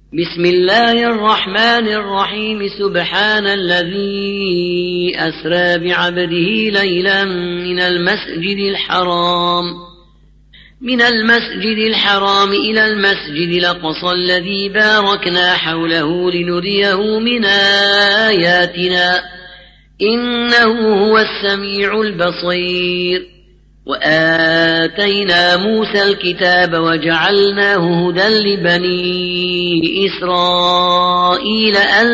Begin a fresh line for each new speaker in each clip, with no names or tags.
بسم الله الرحمن الرحيم. سبحان الذي أسرى بعبده ليلا من المسجد الحرام إلى المسجد الأقصى الذي باركنا حوله لنريه من آياتنا إنه هو السميع البصير. وآتينا موسى الكتاب وجعلناه هدى لبني إسرائيل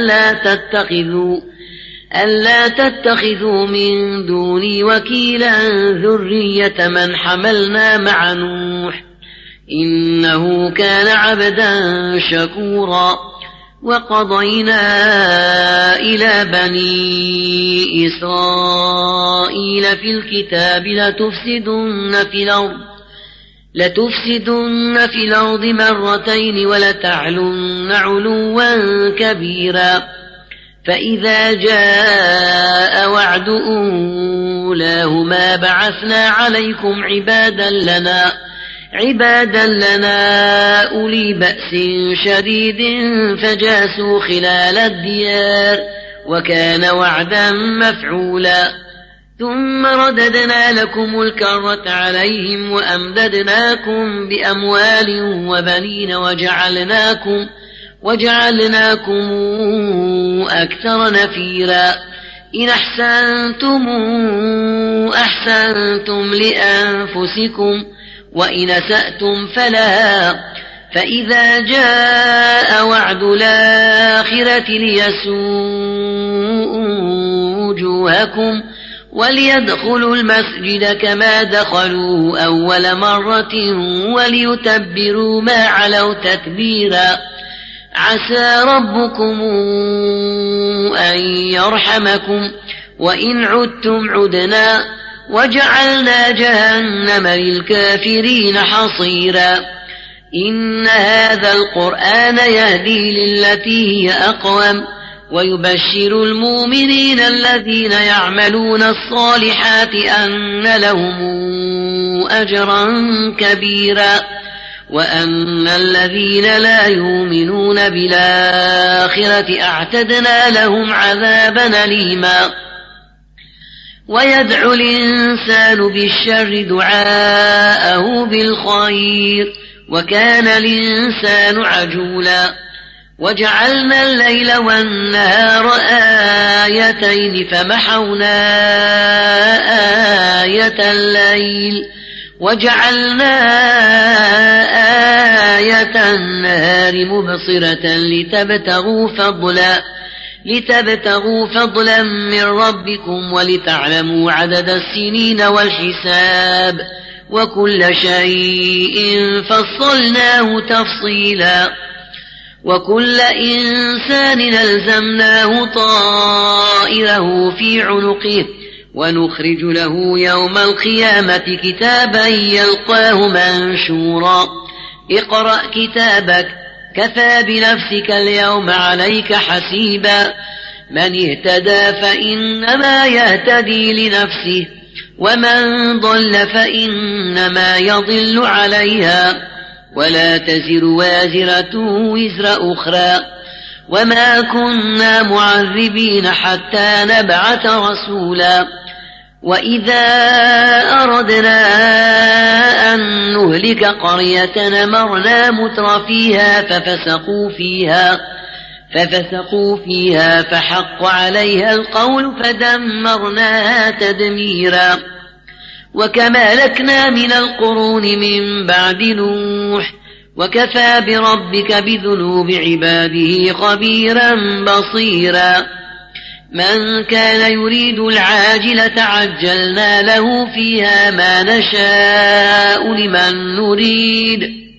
ألا تتخذوا من دوني وكيلا ذرية من حملنا مع نوح إنه كان عبدا شكورا. وقضينا إلى بني إسرائيل في الكتاب لتفسدن في الأرض مرتين ولتعلن علوا كبيرا. فإذا جاء وعد أولاهما بعثنا عليكم عبادا لنا أولي بأس شديد فجاسوا خلال الديار وكان وعدا مفعولا. ثم رددنا لكم الكرة عليهم وأمددناكم بأموال وبنين وجعلناكم أكثر نفيرا. إن أحسنتم لأنفسكم وإن أسأتم فلها. فإذا جاء وعد الآخرة ليسوءوا وجوهكم وليدخلوا المسجد كما دخلوه أول مرة وليتبروا ما علوا تتبيرا. عسى ربكم أن يرحمكم وإن عدتم عدنا وجعلنا جهنم للكافرين حصيرا. إن هذا القرآن يهدي للتي هي أقوم ويبشر المؤمنين الذين يعملون الصالحات أن لهم أجرا كبيرا وأن الذين لا يؤمنون بالآخرة أعتدنا لهم عذابا أليما. ويدعو الإنسان بالشر دعاءه بالخير وكان الإنسان عجولا. وجعلنا الليل والنهار آيتين فمحونا آية الليل وجعلنا آية النهار مبصرة لتبتغوا فضلا من ربكم ولتعلموا عدد السنين والحساب وكل شيء فصلناه تفصيلا. وكل إنسان ألزمناه طائره في عنقه ونخرج له يوم القيامة كتابا يلقاه منشورا. اقرأ كتابك كفى بنفسك اليوم عليك حسيبا. من اهتدى فإنما يهتدي لنفسه ومن ضل فإنما يضل عليها ولا تزر وازرة وزر أخرى وما كنا معذبين حتى نبعث رسولا. وإذا أردنا أن نهلك قرية أمرنا مترفيها ففسقوا فيها فحق عليها القول فدمرناها تدميرا. وكما لكنا من القرون من بعد نوح وكفى بربك بذنوب عباده خبيرا بصيرا. من كان يريد العاجلة عجلنا له فيها ما نشاء لمن نريد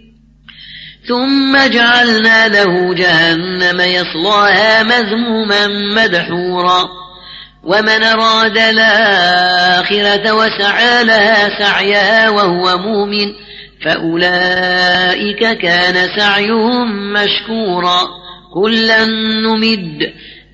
ثم جعلنا له جهنم يصلاها مذموما مدحورا. ومن أراد الآخرة وسعى لها سعيها وهو مؤمن فأولئك كان سعيهم مشكورا. كلا نمد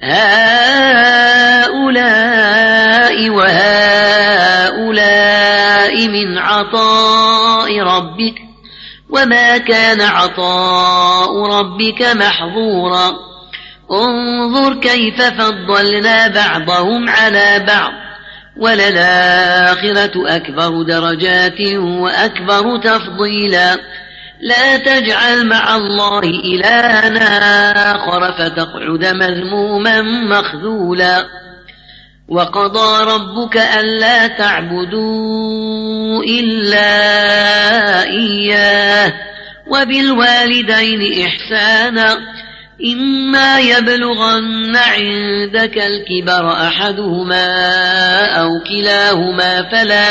هؤلاء وهؤلاء من عطاء ربك وما كان عطاء ربك محظورا انظر كيف فضلنا بعضهم على بعض وللآخرة أكبر درجات وأكبر تفضيلا لا تجعل مع الله إلها آخر فتقعد مذموما مخذولا وقضى ربك ألا تعبدوا إلا إياه وبالوالدين إحسانا إما يبلغن عندك الكبر أحدهما أو كلاهما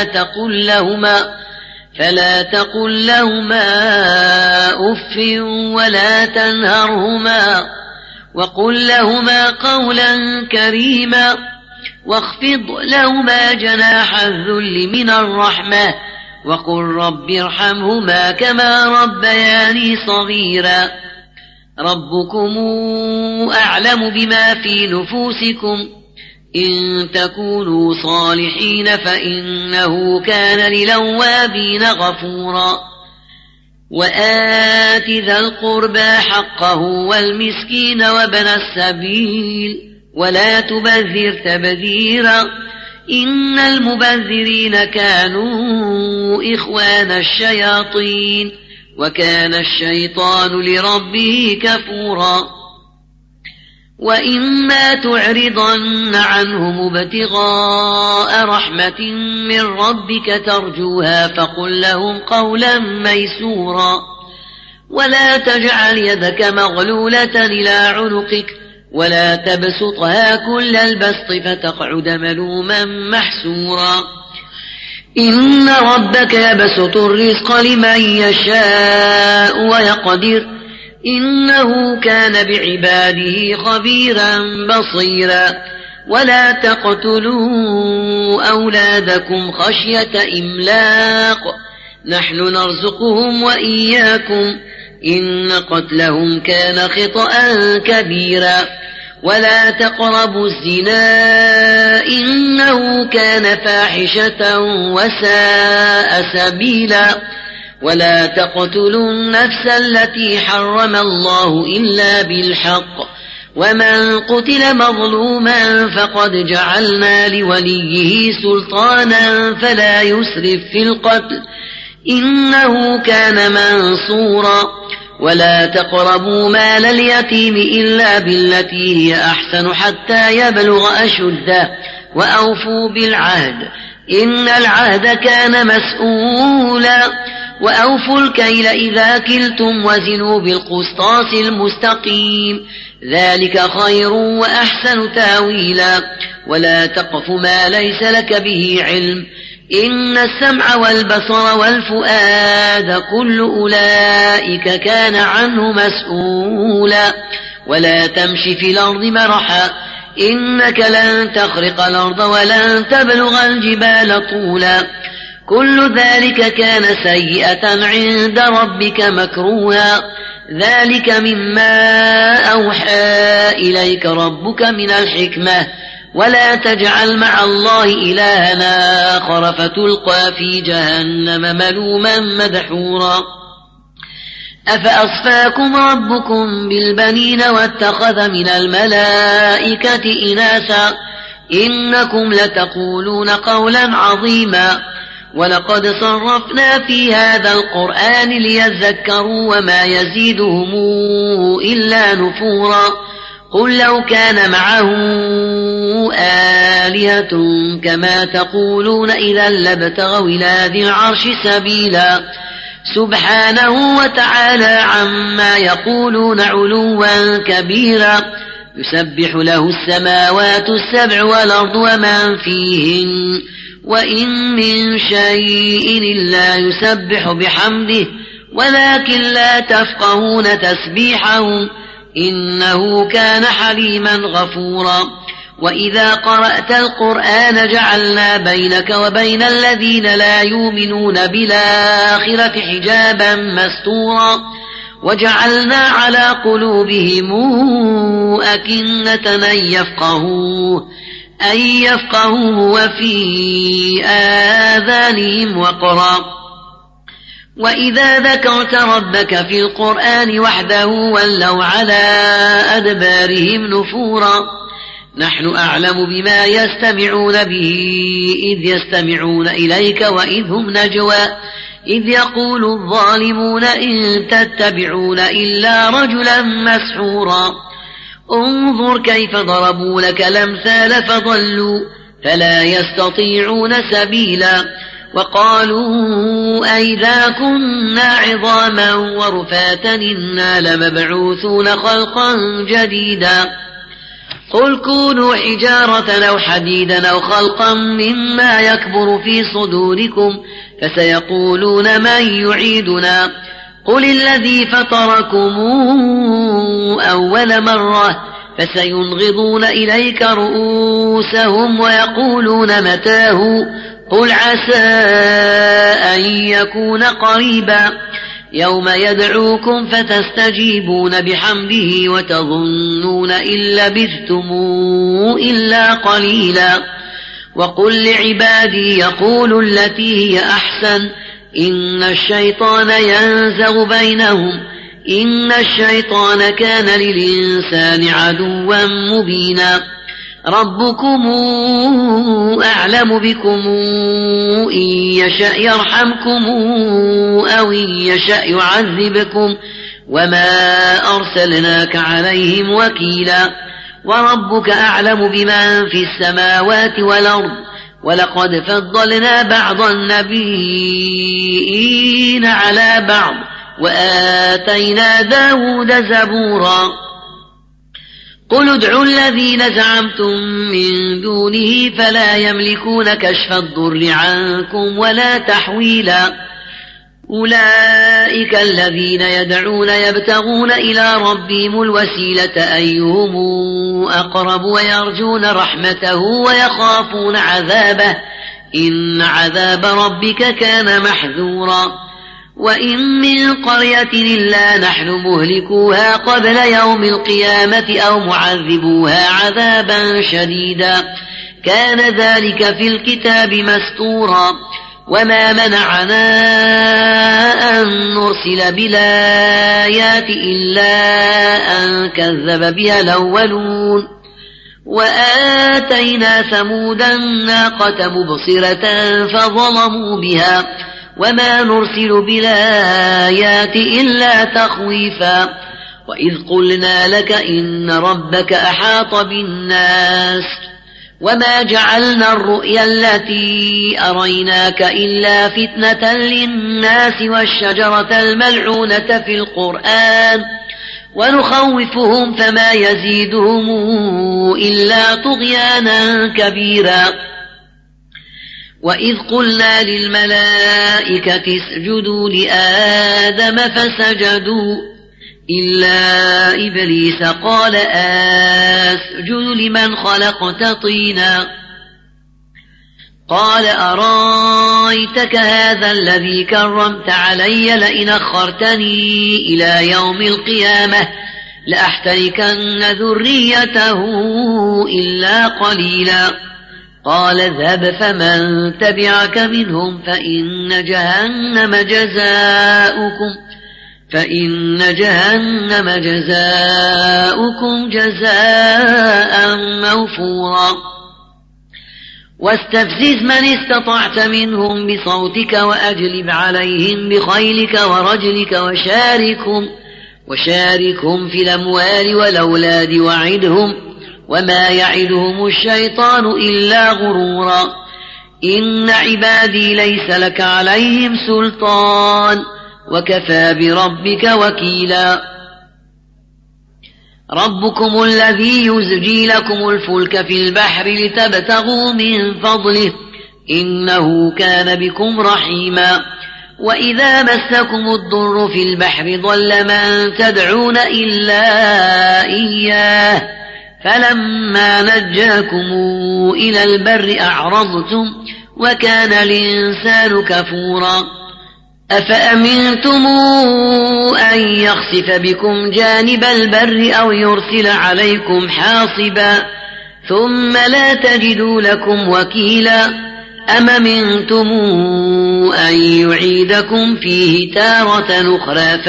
فلا تقل لهما أف ولا تنهرهما وقل لهما قولا كريما واخفض لهما جناح الذل من الرحمة وقل رب ارحمهما كما ربياني صغيرا ربكم أعلم بما في نفوسكم إن تكونوا صالحين فإنه كان للأوابين غفورا وآت ذا القربى حقه والمسكين وابن السبيل ولا تبذر تبذيرا إن المبذرين كانوا إخوان الشياطين وكان الشيطان لربه كفورا وإما تعرضن عنهم ابتغاء رحمة من ربك ترجوها فقل لهم قولا ميسورا ولا تجعل يدك مغلولة إلى عنقك ولا تبسطها كل البسط فتقعد ملوما محسورا إن ربك يبسط الرزق لمن يشاء ويقدر إنه كان بعباده خبيرا بصيرا ولا تقتلوا أولادكم خشية إملاق نحن نرزقهم وإياكم إن قتلهم كان خطأ كبيرا ولا تقربوا الزنا إنه كان فاحشة وساء سبيلا ولا تقتلوا النفس التي حرم الله إلا بالحق ومن قتل مظلوما فقد جعلنا لوليه سلطانا فلا يسرف في القتل إنه كان منصورا ولا تقربوا مال اليتيم إلا بالتي هي أحسن حتى يبلغ أشده وأوفوا بالعهد إن العهد كان مسؤولا وأوفوا الكيل إذا كلتم وزنوا بالقسطاس المستقيم ذلك خير وأحسن تاويلا ولا تقف ما ليس لك به علم إن السمع والبصر والفؤاد كل أولئك كان عنه مسؤولا ولا تمش في الأرض مرحا إنك لن تخرق الأرض ولن تبلغ الجبال طولا كل ذلك كان سيئة عند ربك مكروها ذلك مما أوحى إليك ربك من الحكمة ولا تجعل مع الله إلها آخر فتلقى في جهنم ملوما مدحورا أفأصفاكم ربكم بالبنين واتخذ من الملائكة إناثا إنكم لتقولون قولا عظيما ولقد صرفنا في هذا القرآن ليذكروا وما يزيدهم إلا نفورا قل لو كان معه آلهة كما تقولون إذا لابتغوا إلى ذي العرش سبيلا سبحانه وتعالى عما يقولون علوا كبيرا يسبح له السماوات السبع والأرض ومن فيهن وإن من شيء إلا يسبح بحمده ولكن لا تفقهون تسبيحهم إنه كان حليما غفورا وإذا قرأت القرآن جعلنا بينك وبين الذين لا يؤمنون بالآخرة حجابا مستورا وجعلنا على قلوبهم أكنة أن يفقهوه وفي آذانهم وقرا وإذا ذكرت ربك في القرآن وحده ولوا على أدبارهم نفورا نحن أعلم بما يستمعون به إذ يستمعون إليك وإذ هم نجوى إذ يقول الظالمون إن تتبعون إلا رجلا مسحورا انظر كيف ضربوا لك الأمثال فضلوا فلا يستطيعون سبيلا وقالوا أئذا كنا عظاما ورفاتا إنا لمبعوثون خلقا جديدا قل كونوا حجارة أو حديدا أو خلقا مما يكبر في صدوركم فسيقولون من يعيدنا قل الذي فطركم أول مرة فسينغضون إليك رؤوسهم ويقولون متاه قل عسى أن يكون قريبا يوم يدعوكم فتستجيبون بحمده وتظنون إن لبثتم إلا قليلا وقل لعبادي يقولوا التي هي أحسن إن الشيطان ينزغ بينهم إن الشيطان كان للإنسان عدوا مبينا ربكم أعلم بكم إن يشأ يرحمكم أو إن يشأ يعذبكم وما أرسلناك عليهم وكيلا وربك أعلم بمن في السماوات والأرض ولقد فضلنا بعض النبيين على بعض وآتينا داود زبورا قل ادعوا الذين زعمتم من دونه فلا يملكون كشف الضر عنكم ولا تحويلا أولئك الذين يدعون يبتغون إلى ربهم الوسيلة أيهم أقرب ويرجون رحمته ويخافون عذابه إن عذاب ربك كان محذورا وإن من قرية إلا نحن مهلكوها قبل يوم القيامة أو معذبوها عذابا شديدا كان ذلك في الكتاب مسطورا وما منعنا أن نرسل بالآيات إلا أن كذب بها الأولون وآتينا ثمود الناقة مبصرة فظلموا بها وما نرسل بالآيات إلا تخويفا وإذ قلنا لك إن ربك أحاط بالناس وما جعلنا الرؤيا التي أريناك إلا فتنة للناس والشجرة الملعونة في القرآن ونخوفهم فما يزيدهم إلا طغيانا كبيرا وإذ قلنا للملائكة اسجدوا لآدم فسجدوا إلا إبليس قال أسجد لمن خلقت طينا قال أرايتك هذا الذي كرمت علي لئن أخرتني إلى يوم القيامة لأحتركن ذريته إلا قليلا قال اذهب فمن تبعك منهم فإن جهنم جزاؤكم جزاء موفورا واستفزز من استطعت منهم بصوتك وأجلب عليهم بخيلك ورجلك وشاركهم في الأموال والأولاد وعدهم وما يعدهم الشيطان إلا غرورا إن عبادي ليس لك عليهم سلطان وكفى بربك وكيلا ربكم الذي يزجي لكم الفلك في البحر لتبتغوا من فضله إنه كان بكم رحيما وإذا مسكم الضر في البحر ضل من تدعون إلا إياه فلما نجاكم إلى البر أعرضتم وكان الإنسان كفورا أفأمنتم أن يخسف بكم جانب البر أو يرسل عليكم حاصبا ثم لا تجدوا لكم وكيلا أم أمنتم أن يعيدكم فيه تارة أخرى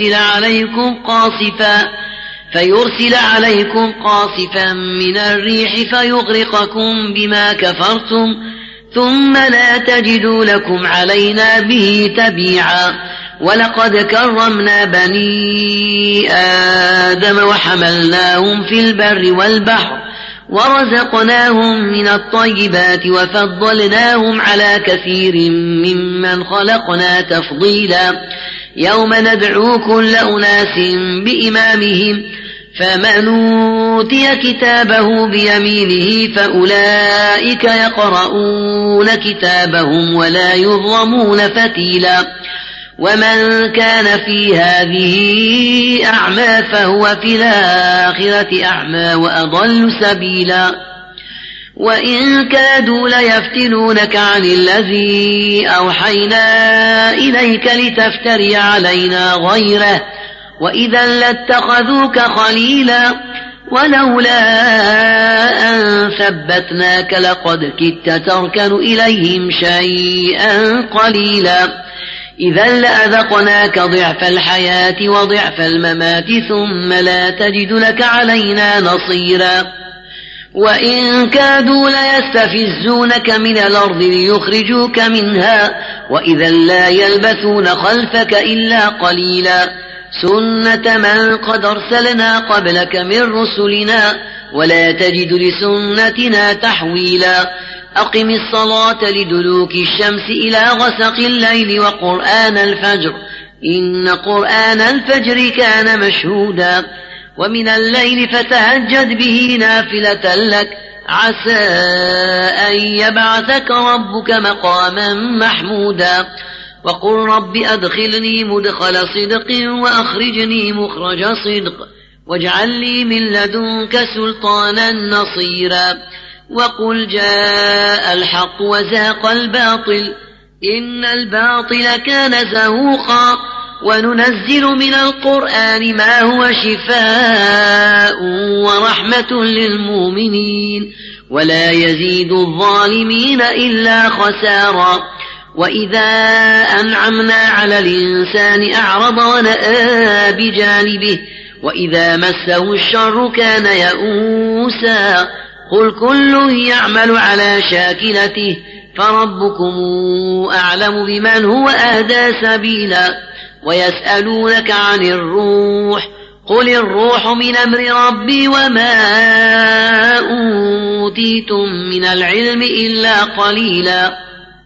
فيرسل عليكم قاصفا من الريح فيغرقكم بما كفرتم ثم لا تجدوا لكم علينا به تبيعا. ولقد كرمنا بني آدم وحملناهم في البر والبحر ورزقناهم من الطيبات وفضلناهم على كثير ممن خلقنا تفضيلا. يوم ندعو كل أناس بإمامهم فمن أوتي كتابه بيمينه فأولئك يقرؤون كتابهم ولا يظلمون فتيلا. ومن كان في هذه أعمى فهو في الآخرة أعمى وأضل سبيلا. وإن كادوا ليفتنونك عن الذي أوحينا إليك لتفتري علينا غيره وإذا لاتخذوك خليلا. ولولا أن ثبتناك لقد كدت تركن إليهم شيئا قليلا. إذا لأذقناك ضعف الحياة وضعف الممات ثم لا تجد لك علينا نصيرا. وإن كادوا ليستفزونك من الأرض ليخرجوك منها وإذا لا يلبثون خلفك إلا قليلا. سنة من قد أرسلنا قبلك من رسلنا ولا تجد لسنتنا تحويلا. أقم الصلاة لدلوك الشمس إلى غسق الليل وقرآن الفجر إن قرآن الفجر كان مشهودا. ومن الليل فتهجد به نافلة لك عسى أن يبعثك ربك مقاما محمودا. وقل رب أدخلني مدخل صدق وأخرجني مخرج صدق واجعل لي من لدنك سلطانا نصيرا. وقل جاء الحق وزهق الباطل إن الباطل كان زهوقا. وننزل من القرآن ما هو شفاء ورحمة للمؤمنين ولا يزيد الظالمين إلا خسارا. وإذا أنعمنا على الإنسان أعرض ونأى بجانبه وإذا مسه الشر كان يئوسا. قل كل يعمل على شاكلته فربكم أعلم بمن هو أهدى سبيلا. ويسألونك عن الروح قل الروح من أمر ربي وما أوتيتم من العلم إلا قليلا.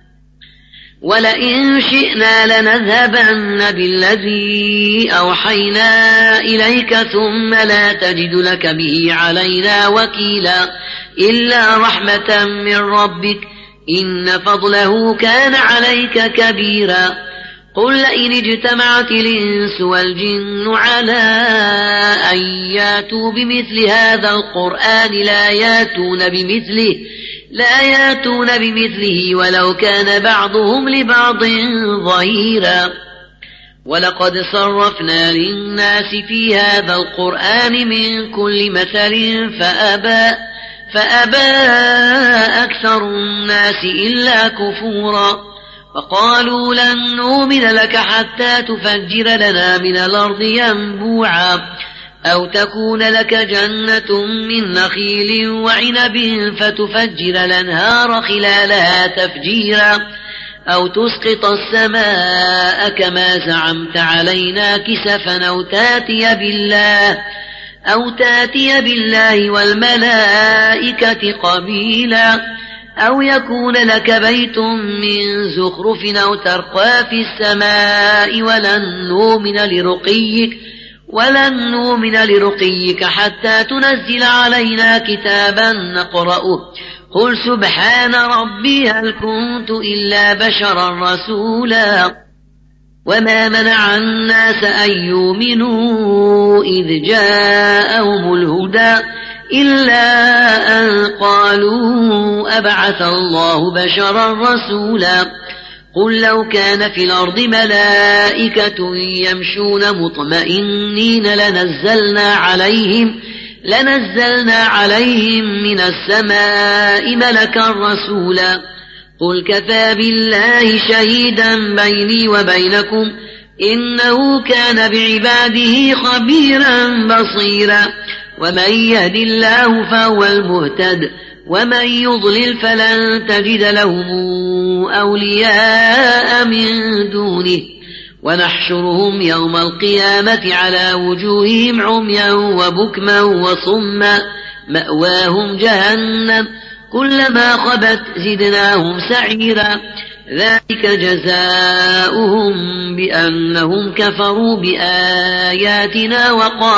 ولئن شئنا لنذهبن بالذي أوحينا إليك ثم لا تجد لك به علينا وكيلا إلا رحمة من ربك إن فضله كان عليك كبيرا. قل لئن اجتمعت الإنس والجن على أن ياتوا بمثل هذا القرآن لا ياتون بمثله ولو كان بعضهم لبعض ظهيرا. ولقد صرفنا للناس في هذا القرآن من كل مثل فأبى أكثر الناس إلا كفورا. وقالوا لن نؤمن لك حتى تفجر لنا من الأرض ينبوعا أو تكون لك جنة من نخيل وعنب فتفجر الأنهار خلالها تفجيرا أو تسقط السماء كما زعمت علينا كسفا أو تاتي بالله والملائكة قبيلا أو يكون لك بيت من زخرف أو ترقى في السماء ولن نؤمن لرقيك حتى تنزل علينا كتابا نقرأه قل سبحان ربي هل كنت إلا بشرا رسولا. وما منع الناس أن يؤمنوا إذ جاءهم الهدى إلا أن قالوا أبعث الله بشرا رسولا. قل لو كان في الأرض ملائكة يمشون مطمئنين لنزلنا عليهم من السماء ملكا رسولا. قل كفى بالله شهيدا بيني وبينكم إنه كان بعباده خبيرا بصيرا ومن يهد الله فهو المهتد ومن يضلل فلن تجد لهم أولياء من دونه ونحشرهم يوم القيامة على وجوههم عميا وبكما وصما مأواهم جهنم كلما خبت زدناهم سعيرا ذلك جزاؤهم بأنهم كفروا بآياتنا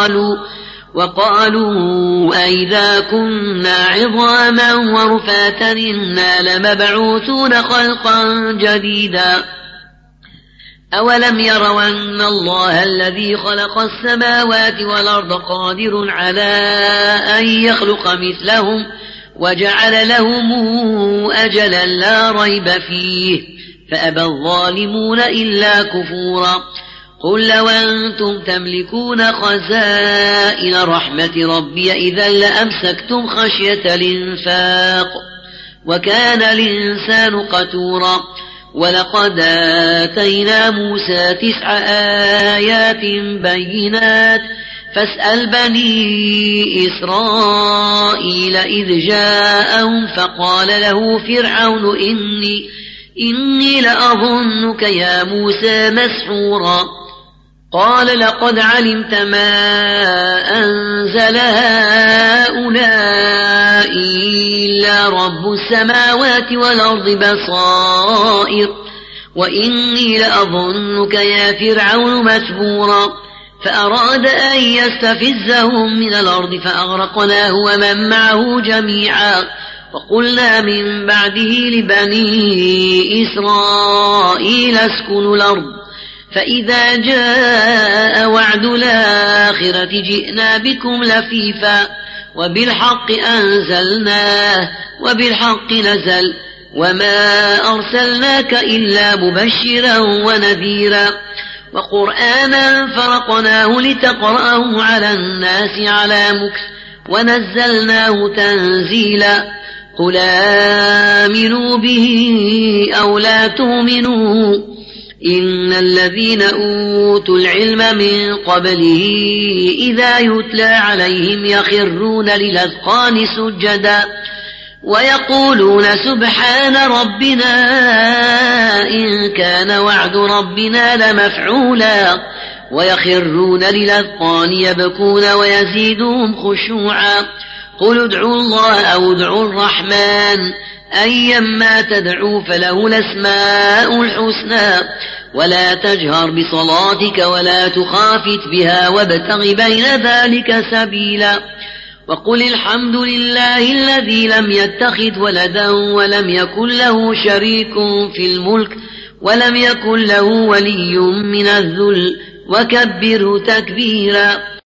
وقالوا أئذا كنا عظاما ورفاتا إنا لمبعوثون خلقا جديدا أولم يروا أن الله الذي خلق السماوات والأرض قادر على أن يخلق مثلهم وجعل لهم أجلا لا ريب فيه فأبى الظالمون إلا كفورا قل لو أنتم تملكون خزائن رحمة ربي إذا لأمسكتم خشية الإنفاق وكان الإنسان قتورا ولقد آتينا موسى 9 آيات بينات فاسأل بني إسرائيل إذ جاءهم فقال له فرعون إني لأظنك يا موسى مسحورا قال لقد علمت ما أنزل هؤلاء إلا رب السماوات والأرض بصائر وإني لأظنك يا فرعون مسحورا فأراد أن يستفزهم من الأرض فأغرقناه ومن معه جميعا وقلنا من بعده لبني إسرائيل اسكنوا الأرض فإذا جاء وعد الآخرة جئنا بكم لفيفا وبالحق أنزلناه وبالحق نزل وما أرسلناك إلا مبشرا ونذيرا وقرآنا فرقناه لتقرأه على الناس على مكث ونزلناه تنزيلا قل آمنوا به أو لا تؤمنوا إن الذين أوتوا العلم من قبله إذا يتلى عليهم يخرون للأذقان سجدا ويقولون سبحان ربنا إن كان وعد ربنا لمفعولا ويخرون للأذقان يبكون ويزيدهم خشوعا قل ادعوا الله أو ادعوا الرحمن أيما تدعوا فله الأسماء الحسنى ولا تجهر بصلاتك ولا تخافت بها وابتغ بين ذلك سبيلا وقل الحمد لله الذي لم يتخذ ولدا ولم يكن له شريك في الملك ولم يكن له ولي من الذل وكبره تكبيرا